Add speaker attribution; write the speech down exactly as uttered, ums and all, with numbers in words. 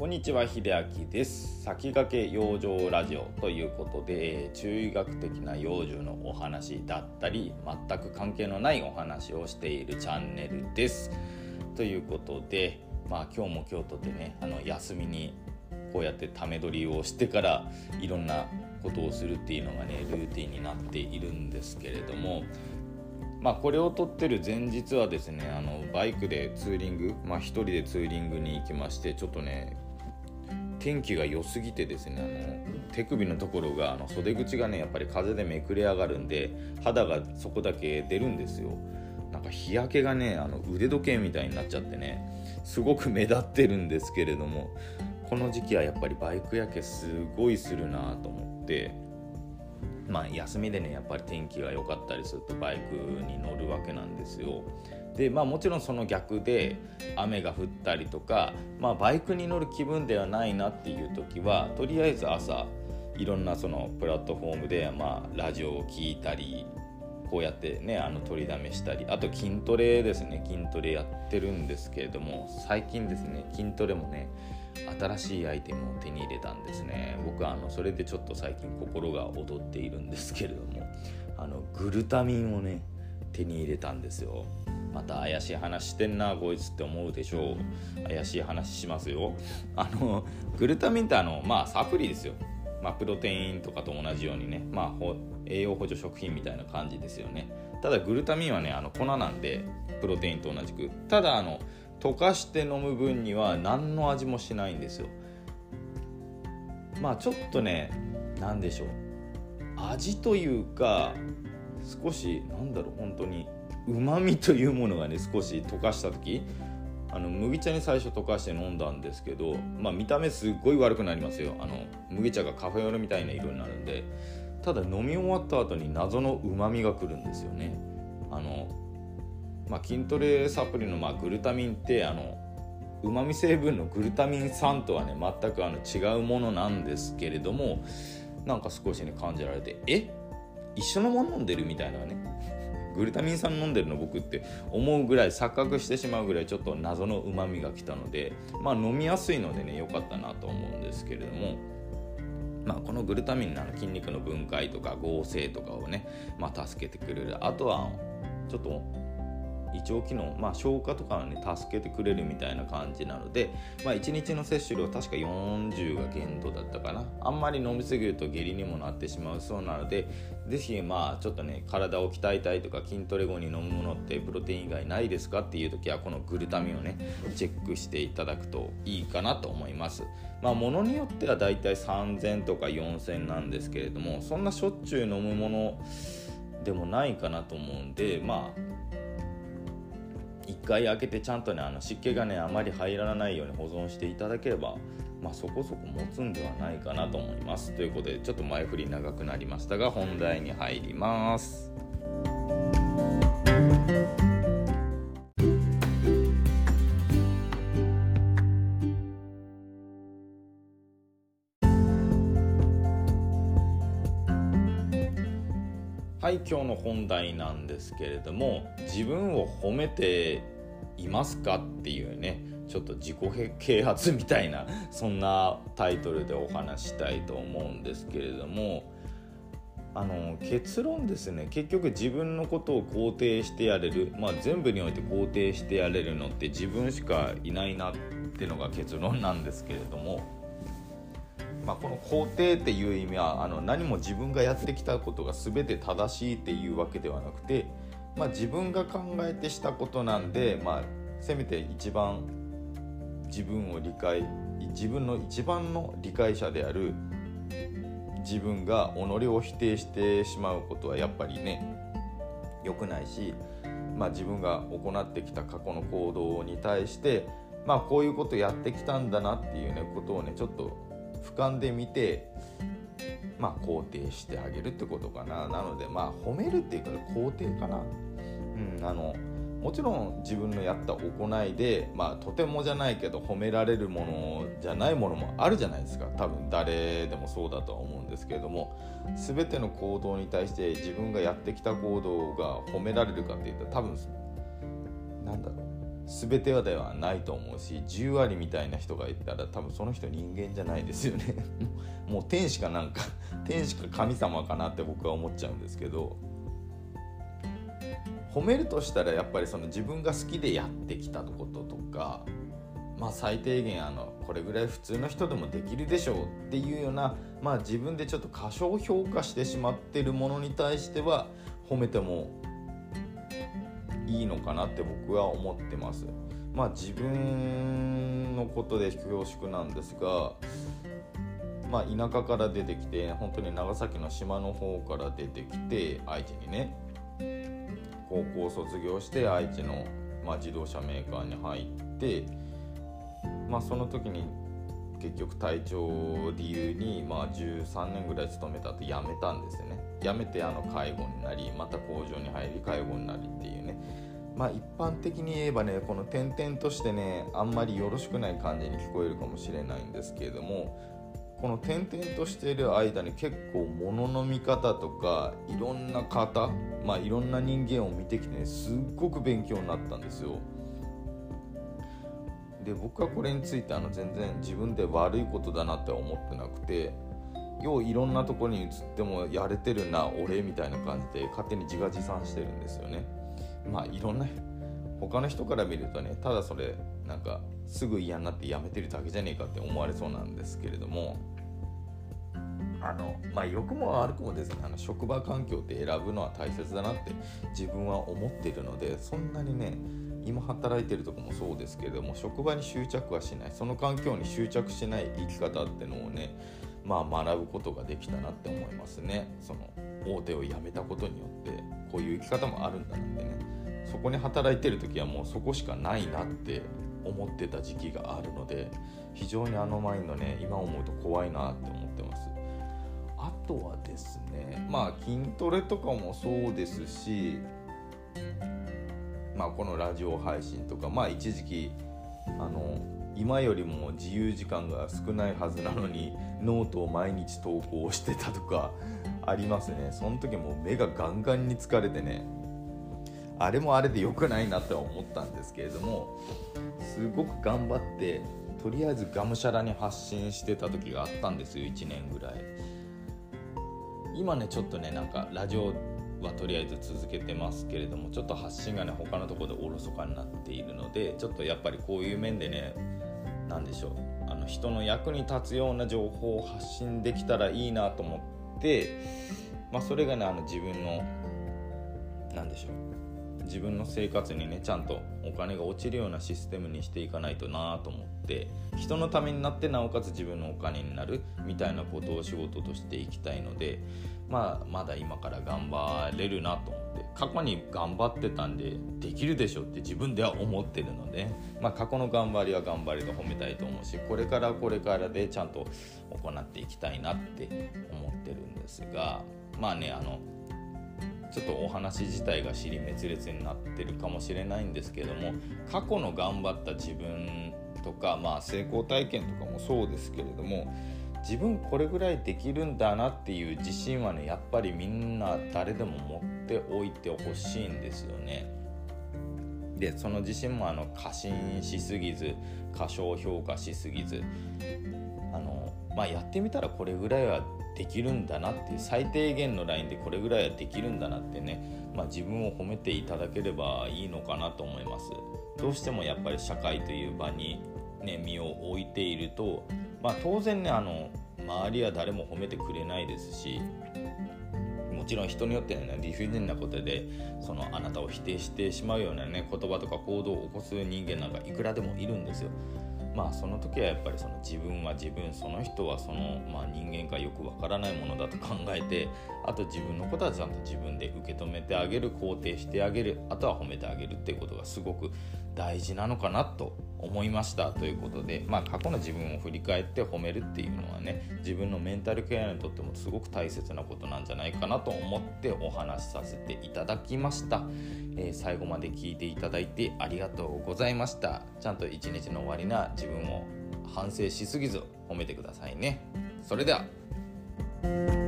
Speaker 1: んにちは、秀明です。先駆け養生ラジオということで、中医学的な養生のお話だったり、全く関係のないお話をしているチャンネルです。ということで、まあ今日も京都でね、あの休みにこうやってため撮りをしてからいろんなことをするっていうのがね、ルーティンになっているんですけれども、まあ、これを撮ってる前日はですね、あのバイクでツーリング、まあ一人でツーリングに行きまして、ちょっとね天気が良すぎてですね、あの手首のところがあの袖口がねやっぱり風でめくれ上がるんで、肌がそこだけ出るんですよ。なんか日焼けがね、あの腕時計みたいになっちゃってね、すごく目立ってるんですけれども、この時期はやっぱりバイク焼けすごいするなと思って、まあ休みでねやっぱり天気が良かったりするとバイクに乗るわけなんですよ。でまあもちろんその逆で雨が降ったりとか、まあバイクに乗る気分ではないなっていう時は、とりあえず朝いろんなそのプラットフォームでまあラジオを聞いたり、こうやってねあの取りだめしたり、あと筋トレですね、筋トレやってるんですけれども、最近ですね筋トレもね新しいアイテムを手に入れたんですね。僕はあのそれでちょっと最近心が躍っているんですけれども、あのグルタミンをね手に入れたんですよ。また怪しい話してんなこいつって思うでしょう。怪しい話しますよ。あのグルタミンってあのまあサプリですよ。まあ、プロテインとかと同じようにね、まあ、栄養補助食品みたいな感じですよね。ただグルタミンはねあの粉なんで、プロテインと同じく、ただあの溶かして飲む分には何の味もしないんですよ。まあちょっとね、なんでしょう、味というか少しなんだろう、本当に旨味というものがね少し溶かした時、あの麦茶に最初溶かして飲んだんですけど、まあ見た目すっごい悪くなりますよ。あの麦茶がカフェオレみたいな色になるんで、ただ飲み終わった後に謎の旨味が来るんですよね。あのまあ、筋トレサプリのまあグルタミンってあのうまみ成分のグルタミン酸とはね全くあの違うものなんですけれども、なんか少しね感じられて、え一緒のもの飲んでるみたいなね、グルタミン酸飲んでるの僕って思うぐらい、錯覚してしまうぐらいちょっと謎のうまみが来たので、まあ飲みやすいのでね良かったなと思うんですけれども、まあ、このグルタミンの筋肉の分解とか合成とかをね、まあ、助けてくれる、あとはちょっと胃腸機能、まあ、消化とかをね助けてくれるみたいな感じなので、まあ、いちにちの摂取量確かよんじゅうが限度だったかな。あんまり飲みすぎると下痢にもなってしまうそうなので、ぜひまあちょっとね体を鍛えたいとか、筋トレ後に飲むものってプロテイン以外ないですかっていう時は、このグルタミンをねチェックしていただくといいかなと思います。まあものによってはだいたいさんぜんとかよんせんなんですけれども、そんなしょっちゅう飲むものでもないかなと思うんで、まあ一回開けてちゃんとねあの湿気がねあまり入らないように保存していただければ、まあそこそこ持つんではないかなと思います。ということでちょっと前振り長くなりましたが、本題に入ります。はい、今日の本題なんですけれども、自分を褒めていますかっていうね、ちょっと自己啓発みたいなそんなタイトルでお話したいと思うんですけれども、あの結論ですね、結局自分のことを肯定してやれる、まあ全部において肯定してやれるのって自分しかいないなってのが結論なんですけれども、まあ、この肯定っていう意味はあの何も自分がやってきたことが全て正しいっていうわけではなくて、まあ、自分が考えてしたことなんで、まあ、せめて一番自分を理解自分の一番の理解者である自分が己を否定してしまうことはやっぱりね良くないし、まあ、自分が行ってきた過去の行動に対して、まあ、こういうことやってきたんだなっていうねことをねちょっと俯瞰で見て、まあ肯定してあげるってことかな。なのでまあ褒めるっていうか肯定かな。うん、あのもちろん自分のやった行いで、まあとてもじゃないけど褒められるものじゃないものもあるじゃないですか。多分誰でもそうだとは思うんですけれども、全ての行動に対して自分がやってきた行動が褒められるかっていったら多分なんだろう全てはではないと思うし、じゅう割みたいな人がいたら多分その人人間じゃないですよねもう天使かなんか天使か神様かなって僕は思っちゃうんですけど、褒めるとしたらやっぱりその自分が好きでやってきたこととか、まあ最低限あのこれぐらい普通の人でもできるでしょうっていうような、まあ自分でちょっと過小評価してしまってるものに対しては褒めてもいいのかなって僕は思ってます。まあ自分のことで恐縮なんですが、まあ田舎から出てきて、本当に長崎の島の方から出てきて愛知にね高校卒業して愛知の、まあ、自動車メーカーに入って、まあその時に結局体調を理由に、まあ、じゅうさんねんぐらい勤めたと辞めたんですよね。辞めてあの介護になり、また工場に入り介護になりっていうね、まあ一般的に言えばね、この点々としてねあんまりよろしくない感じに聞こえるかもしれないんですけれども、この点々としている間に結構物の見方とかいろんな方、まあいろんな人間を見てきてね、すっごく勉強になったんですよ。で僕はこれについてあの全然自分で悪いことだなって思ってなくて、よういろんなところに移ってもやれてるな俺みたいな感じで勝手に自画自賛してるんですよね。まあいろんな他の人から見るとね、ただそれなんかすぐ嫌になってやめてるだけじゃねえかって思われそうなんですけれども、あのまあ良くも悪くもですね、あの職場環境って選ぶのは大切だなって自分は思っているので、そんなにね今働いてるとこもそうですけれども、職場に執着はしない、その環境に執着しない生き方ってのをね、まあ学ぶことができたなって思いますね。その大手を辞めたことによってこういう生き方もあるんだなってね、そこに働いてる時はもうそこしかないなって思ってた時期があるので、非常にあのマインドね今思うと怖いなって思ってます。あとはですね、まあ筋トレとかもそうですし、まあこのラジオ配信とか、まあ一時期あの今よりも自由時間が少ないはずなのにノートを毎日投稿してたとかありますね。その時もう目がガンガンに疲れてね、あれもあれで良くないなとは思ったんですけれども、すごく頑張ってとりあえずがむしゃらに発信してた時があったんですよ、いちねんぐらい。今ねちょっとねなんかラジオはとりあえず続けてますけれども、ちょっと発信がね他のところでおろそかになっているので、ちょっとやっぱりこういう面でね、なんでしょう、あの人の役に立つような情報を発信できたらいいなと思って、まあそれがねあの自分のなんでしょう自分の生活にねちゃんとお金が落ちるようなシステムにしていかないとなと思って、人のためになってなおかつ自分のお金になるみたいなことを仕事としていきたいので、まあまだ今から頑張れるなと思って、過去に頑張ってたんでできるでしょって自分では思ってるので、まあ過去の頑張りは頑張りと褒めたいと思うし、これからこれからでちゃんと行っていきたいなって思ってるんですが、まあねあのちょっとお話自体が尻滅裂になってるかもしれないんですけども、過去の頑張った自分とか、まあ成功体験とかもそうですけれども、自分これぐらいできるんだなっていう自信はねやっぱりみんな誰でも持っておいてほしいんですよね。でその自信もあの過信しすぎず過小評価しすぎず、あの、まあ、やってみたらこれぐらいはできるんだなっていう最低限のラインでこれぐらいはできるんだなってね、まあ、自分を褒めていただければいいのかなと思います。どうしてもやっぱり社会という場に、ね、身を置いていると、まあ、当然ねあの周りは誰も褒めてくれないですし、もちろん人によってはね理不尽なことでそのあなたを否定してしまうようなね言葉とか行動を起こす人間なんかいくらでもいるんですよ。まあその時はやっぱりその自分は自分、その人はその、まあ、人間かよくわからないものだと考えて、あと自分のことはちゃんと自分で受け止めてあげる、肯定してあげる、あとは褒めてあげるっていうことがすごく大事なのかなと思いましたということで、まあ過去の自分を振り返って褒めるっていうのはね、自分のメンタルケアにとってもすごく大切なことなんじゃないかなと思ってお話しさせていただきました。えー、最後まで聞いていただいてありがとうございました。ちゃんと一日の終わりな自分を反省しすぎず褒めてくださいね。それでは。